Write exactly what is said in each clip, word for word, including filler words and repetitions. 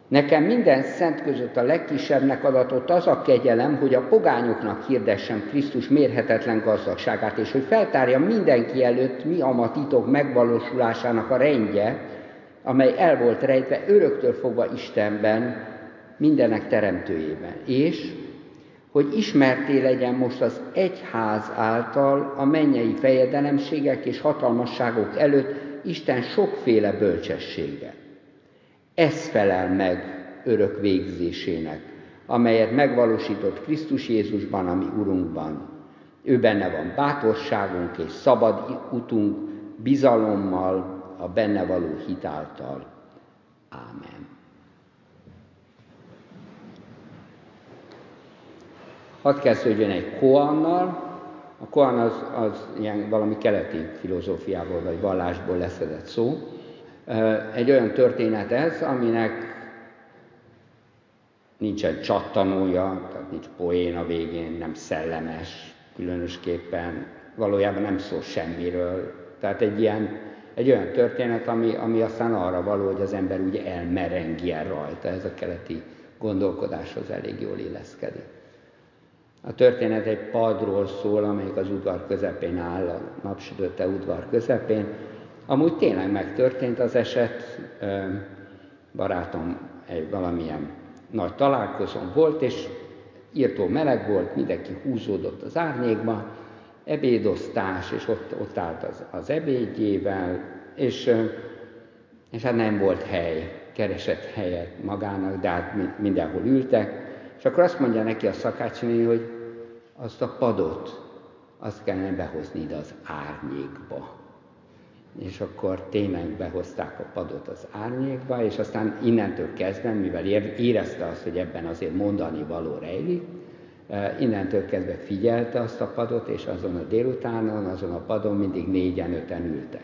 Nekem minden szent között a legkisebbnek adatott az a kegyelem, hogy a pogányoknak hirdessem Krisztus mérhetetlen gazdagságát, és hogy feltárjam mindenki előtt, mi a titok megvalósulásának a rendje, amely el volt rejtve öröktől fogva Istenben, mindenek teremtőjében. És hogy ismerté legyen most az egyház által a mennyei fejedelemségek és hatalmasságok előtt Isten sokféle bölcsessége. Ez felel meg örök végzésének, amelyet megvalósított Krisztus Jézusban, a mi Urunkban. Ő benne van bátorságunk és szabad utunk bizalommal, a benne való hit által. Ámen. Hadd kezdődjön egy koannal. A koan az, az ilyen valami keleti filozófiából vagy vallásból leszedett szó. Egy olyan történet ez, aminek nincsen csattanója, tehát nincs poén a végén, nem szellemes különösképpen, valójában nem szól semmiről. Tehát egy, ilyen, egy olyan történet, ami, ami aztán arra való, hogy az ember úgy elmerengjen rajta. Ez a keleti gondolkodáshoz elég jól illeszkedik. A történet egy padról szól, amelyik az udvar közepén áll, a napsütötte udvar közepén. Amúgy tényleg megtörtént az eset, barátom egy valamilyen nagy találkozón volt, és írtó meleg volt, mindenki húzódott az árnyékba, ebédosztás, és ott, ott állt az, az ebédjével, és, és hát nem volt hely, keresett helyet magának, de hát mindenhol ültek, és akkor azt mondja neki a szakácsnéni, hogy azt a padot, azt kellene behozni ide az árnyékba. És akkor tényleg behozták a padot az árnyékba, és aztán innentől kezdve, mivel érezte azt, hogy ebben azért mondani való rejlik, innentől kezdve figyelte azt a padot, és azon a délutánon, azon a padon mindig négyen, öten ültek.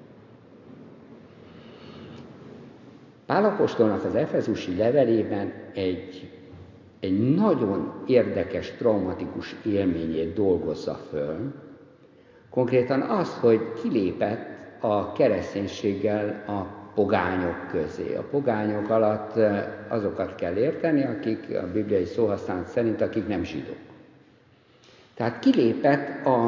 Pál apostolnak az efezusi levelében egy, egy nagyon érdekes, traumatikus élményét dolgozza föl, konkrétan azt, hogy kilépett a kereszténységgel a pogányok közé. A pogányok alatt azokat kell érteni, akik a bibliai szóhasználat szerint, akik nem zsidók. Tehát kilépett a,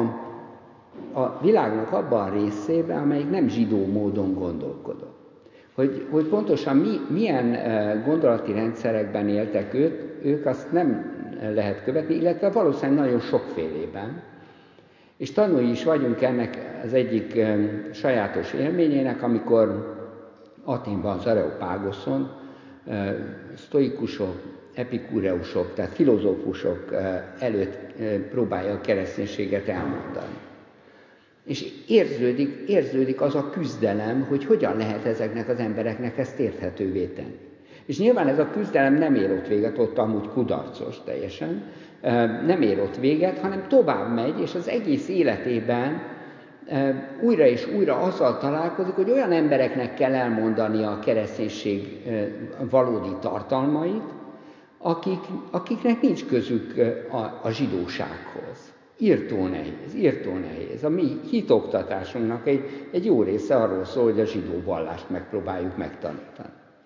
a világnak abban a részébe, amelyik nem zsidó módon gondolkodott. Hogy, hogy pontosan mi, milyen gondolati rendszerekben éltek őt, ők azt nem lehet követni, illetve valószínűleg nagyon sokfélében. És tanúi is vagyunk ennek az egyik e, sajátos élményének, amikor Athénban, az Areopágoszon e, sztoikusok, epikureusok, tehát filozófusok e, előtt e, próbálja a kereszténységet elmondani. És érződik, érződik az a küzdelem, hogy hogyan lehet ezeknek az embereknek ezt érthetővé tenni. És nyilván ez a küzdelem nem ér ott véget, ott amúgy kudarcos teljesen, nem ér ott véget, hanem tovább megy, és az egész életében újra és újra azzal találkozik, hogy olyan embereknek kell elmondani a kereszténység valódi tartalmait, akik, akiknek nincs közük a, a zsidósághoz. Írtó nehéz, írtó nehéz. A mi hitoktatásunknak egy, egy jó része arról szól, hogy a zsidó vallást megpróbáljuk megtanítani.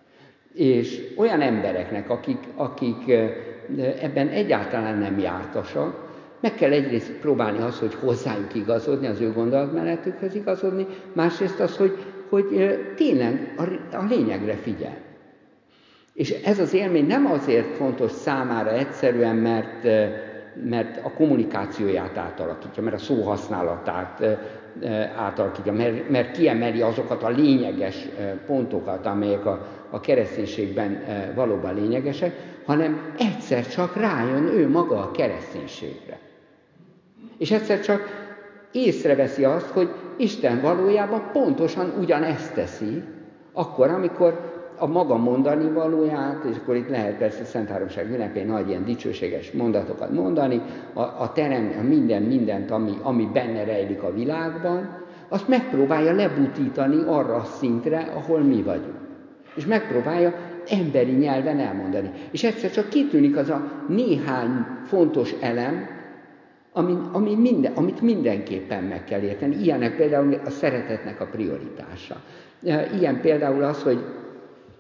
És olyan embereknek, akik, akik ebben egyáltalán nem jártasak, meg kell egyrészt próbálni az, hogy hozzájuk igazodni, az ő gondolatmenetükhöz igazodni, másrészt az, hogy, hogy tényleg a, a lényegre figyel. És ez az élmény nem azért fontos számára egyszerűen, mert, mert a kommunikációját átalakítja, mert a szóhasználatát átalakítja, mert, mert kiemeli azokat a lényeges pontokat, amelyek a, a kereszténységben valóban lényegesek, hanem egyszer csak rájön ő maga a kereszténységre. És egyszer csak észreveszi azt, hogy Isten valójában pontosan ugyanezt teszi, akkor, amikor a maga mondani valóját, és akkor itt lehet persze Szent Háromság ünnepén nagy ilyen dicsőséges mondatokat mondani, a, a terem, a minden, mindent, ami, ami benne rejlik a világban, azt megpróbálja lebutítani arra a szintre, ahol mi vagyunk. És megpróbálja emberi nyelven elmondani. És egyszer csak kitűnik az a néhány fontos elem, ami, ami minden, amit mindenképpen meg kell érteni. Ilyenek például a szeretetnek a prioritása. Ilyen például az, hogy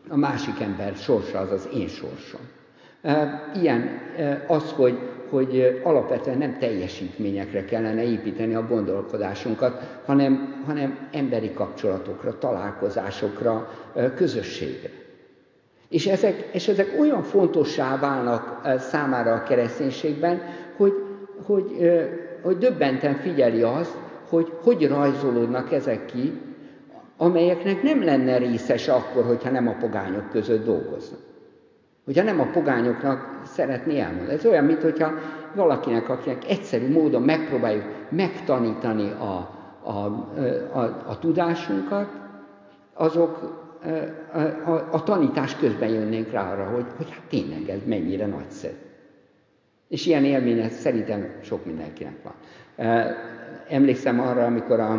a másik ember sorsa az az én sorsom. Ilyen az, hogy, hogy alapvetően nem teljesítményekre kellene építeni a gondolkodásunkat, hanem, hanem emberi kapcsolatokra, találkozásokra, közösségre. És ezek, és ezek olyan fontossá válnak számára a kereszténységben, hogy, hogy, hogy döbbenten figyeli azt, hogy hogy rajzolódnak ezek ki, amelyeknek nem lenne részese akkor, hogyha nem a pogányok között dolgoznak. Hogyha nem a pogányoknak szeretné elmondani. Ez olyan, mintha valakinek, akinek egyszerű módon megpróbáljuk megtanítani a, a, a, a tudásunkat, azok a, a, a tanítás közben jönnénk rá arra, hogy, hogy hát tényleg ez mennyire nagyszerű. És ilyen élménye szerintem sok mindenkinek van. Emlékszem arra, amikor a,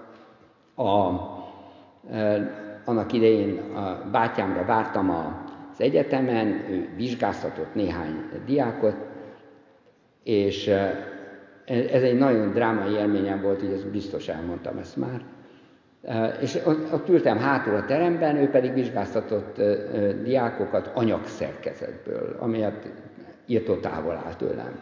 a, annak idején a bátyámra vártam az egyetemen, ő vizsgáztatott néhány diákot, és ez egy nagyon drámai élményem volt, így ezt biztos elmondtam ezt már. És ott ültem hátul a teremben, ő pedig vizsgáztatott diákokat anyagszerkezetből, amiért írtó távol áll tőlem.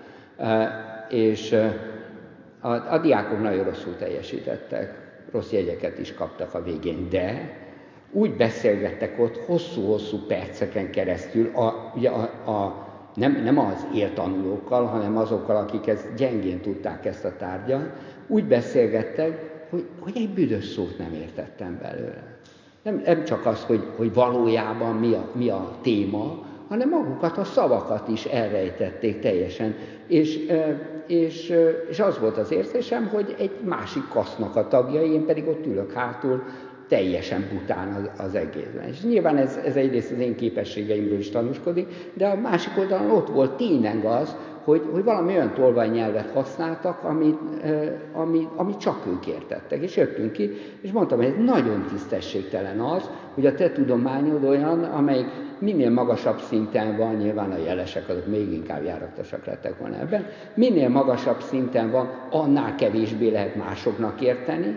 És a, a diákok nagyon rosszul teljesítettek, rossz jegyeket is kaptak a végén, de úgy beszélgettek ott hosszú-hosszú perceken keresztül, a, ugye a, a, nem, nem az éltanulókkal, hanem azokkal, akik ezt gyengén tudták ezt a tárgyat, úgy beszélgettek, hogy, hogy egy büdös szót nem értettem belőle. Nem, nem csak az, hogy, hogy valójában mi a, mi a téma, hanem magukat a szavakat is elrejtették teljesen. És, és, és az volt az érzésem, hogy egy másik kasznak a tagjai, én pedig ott ülök hátul, teljesen bután az, az egészben. És nyilván ez, ez egyrészt az én képességeimről is tanúskodik, de a másik oldalon ott volt tényleg az, hogy, hogy valami olyan tolvajnyelvet használtak, amit, amit, amit csak ők értettek. És jöttünk ki, és mondtam, hogy ez nagyon tisztességtelen az, hogy a te tudományod olyan, amelyik minél magasabb szinten van, nyilván a jelesek azok még inkább járatosak lettek volna ebben, minél magasabb szinten van, annál kevésbé lehet másoknak érteni.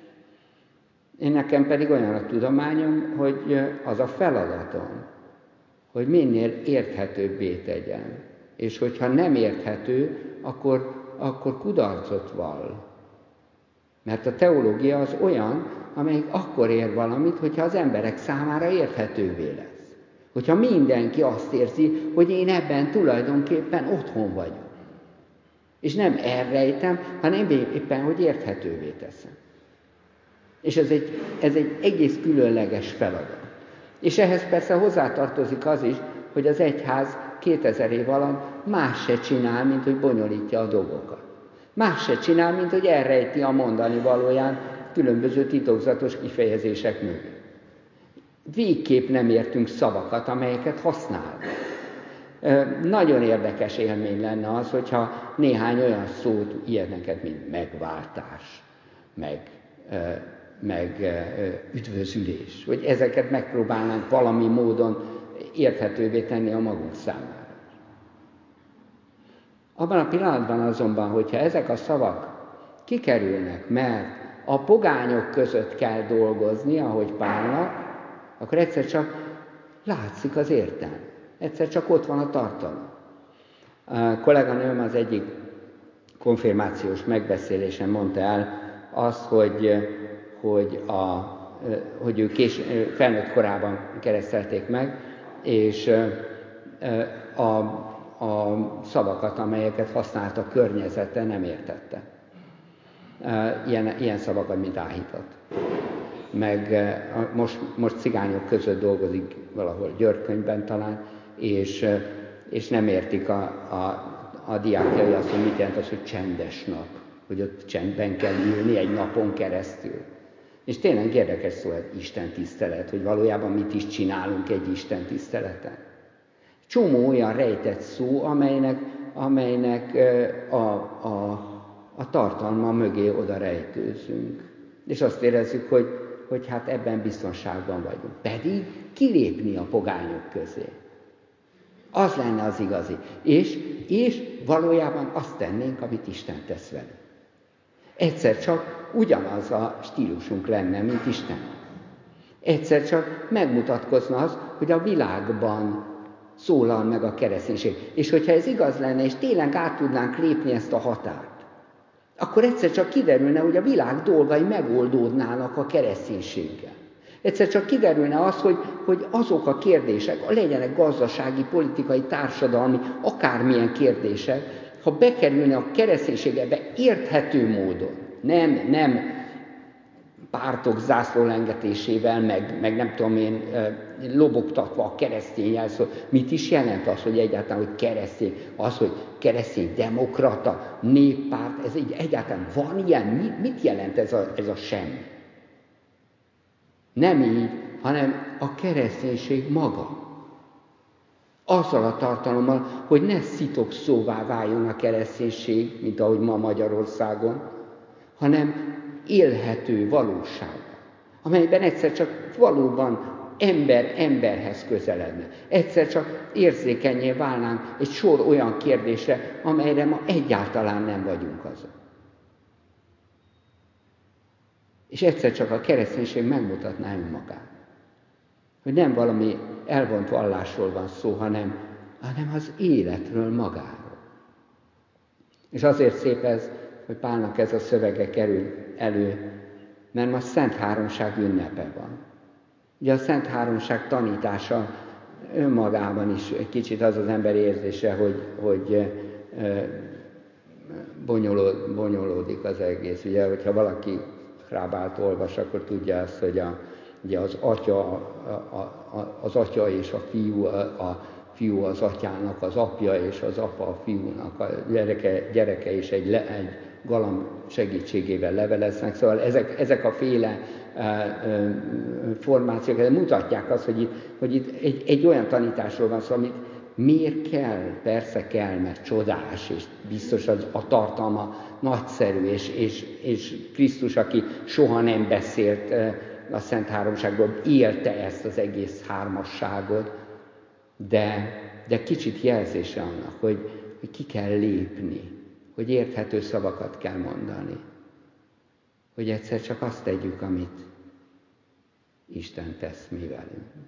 Én nekem pedig olyan a tudományom, hogy az a feladatom, hogy minél érthetőbbé tegyem. És hogyha nem érthető, akkor, akkor kudarcot vall. Mert a teológia az olyan, amelyik akkor ér valamit, hogyha az emberek számára érthetővé lesz. Hogyha mindenki azt érzi, hogy én ebben tulajdonképpen otthon vagyok. És nem elrejtem, hanem éppen, hogy érthetővé teszem. És ez egy, ez egy egész különleges feladat. És ehhez persze hozzátartozik az is, hogy az egyház kétezer év alatt más se csinál, mint hogy bonyolítja a dolgokat. Más se csinál, mint hogy elrejti a mondani valóján különböző titokzatos kifejezések mögé. Végképp nem értünk szavakat, amelyeket használ. Nagyon érdekes élmény lenne az, hogyha néhány olyan szót, ilyeneket, mint megváltás, meg, meg üdvözülés, hogy ezeket megpróbálnánk valami módon érthetővé tenni a magunk számára. Abban a pillanatban azonban, hogyha ezek a szavak kikerülnek, mert a pogányok között kell dolgozni, ahogy Pálnak, akkor egyszer csak látszik az értelme. Egyszer csak ott van a tartalom. A kolléganőm az egyik konfirmációs megbeszélésen mondta el azt, hogy, hogy, a, hogy ő kés, felnőtt korában keresztelték meg, és a, a szavakat, amelyeket használt a környezete, nem értette. Ilyen, ilyen szavakat, mint áhítat. Meg most, most cigányok között dolgozik valahol Györkönyben talán, és, és nem értik a, a, a diákjai azt, hogy mit jelent az, hogy csendes nap, hogy ott csendben kell ülni egy napon keresztül. És tényleg érdekes szó, hogy Isten tisztelet, hogy valójában mit is csinálunk egy Isten tiszteleten. Csomó olyan rejtett szó, amelynek, amelynek a, a, a tartalma mögé oda rejtőzünk. És azt érezzük, hogy, hogy hát ebben biztonságban vagyunk. Pedig kilépni a pogányok közé. Az lenne az igazi. És, és valójában azt tennénk, amit Isten tesz velünk. Egyszer csak ugyanaz a stílusunk lenne, mint Isten. Egyszer csak megmutatkozna az, hogy a világban szólal meg a kereszténység. És hogyha ez igaz lenne, és tényleg át tudnánk lépni ezt a határt, akkor egyszer csak kiderülne, hogy a világ dolgai megoldódnának a kereszténységgel. Egyszer csak kiderülne az, hogy, hogy azok a kérdések, legyenek gazdasági, politikai, társadalmi, akármilyen kérdések, ha bekerülne a kereszténységbe érthető módon, nem, nem pártok zászlólengetésével, meg, meg nem tudom én, lobogtatva a keresztény jelszó. Mit is jelent az, hogy egyáltalán, hogy keresztény, az, hogy keresztény demokrata, néppárt, ez így egyáltalán van ilyen? Mit, mit jelent ez a, ez a semmi? Nem így, hanem a kereszténység maga. Azzal a tartalommal, hogy ne szitok szóvá váljon a kereszténység, mint ahogy ma Magyarországon, hanem élhető valóság, amelyben egyszer csak valóban ember emberhez közeledne. Egyszer csak érzékenyé válnánk egy sor olyan kérdésre, amelyre ma egyáltalán nem vagyunk azon. És egyszer csak a kereszténység megmutatná önmagát. Hogy nem valami elvont vallásról van szó, hanem, hanem az életről magáról. És azért szép ez, hogy Pálnak ez a szövege kerül elő, mert ma Szent Háromság ünnepe van. Ugye a Szent Háromság tanítása önmagában is egy kicsit az az ember érzése, hogy, hogy bonyolód, bonyolódik az egész. Ugye, hogyha valaki Rábált olvas, akkor tudja azt, hogy a, ugye az atya, a, a, az atya és a fiú, a, a fiú az atyának, az apja és az apa a fiúnak, a gyereke, gyereke is egy, le, egy galamb segítségével leveleznek. Szóval ezek, ezek a féle e, e, formációk mutatják azt, hogy itt, hogy itt egy, egy olyan tanításról van szó, amit miért kell? Persze kell, mert csodás, és biztos az, a tartalma nagyszerű, és, és, és Krisztus, aki soha nem beszélt a Szent Háromságról, élte ezt az egész hármasságot, de, de kicsit jelzése annak, hogy, hogy ki kell lépni, hogy érthető szavakat kell mondani, hogy egyszer csak azt tegyük, amit Isten tesz mi velünk.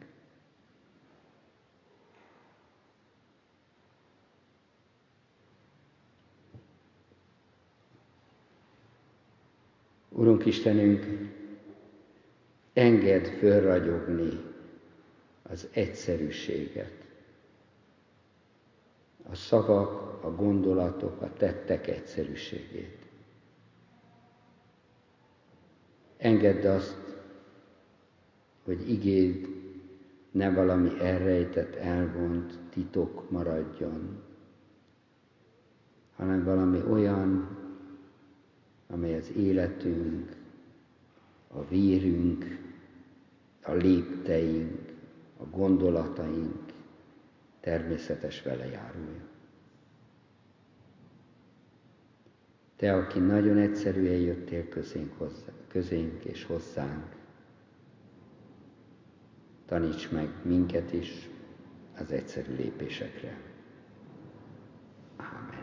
Urunk Istenünk, engedd fölragyogni az egyszerűséget. A szavak, a gondolatok, a tettek egyszerűségét. Engedd azt, hogy igéd ne valami elrejtett, elvont titok maradjon, hanem valami olyan, amely az életünk, a vérünk, a lépteink, a gondolataink természetes velejárója. Te, aki nagyon egyszerűen jöttél közénk, hozzá, közénk és hozzánk, taníts meg minket is az egyszerű lépésekre. Ámen.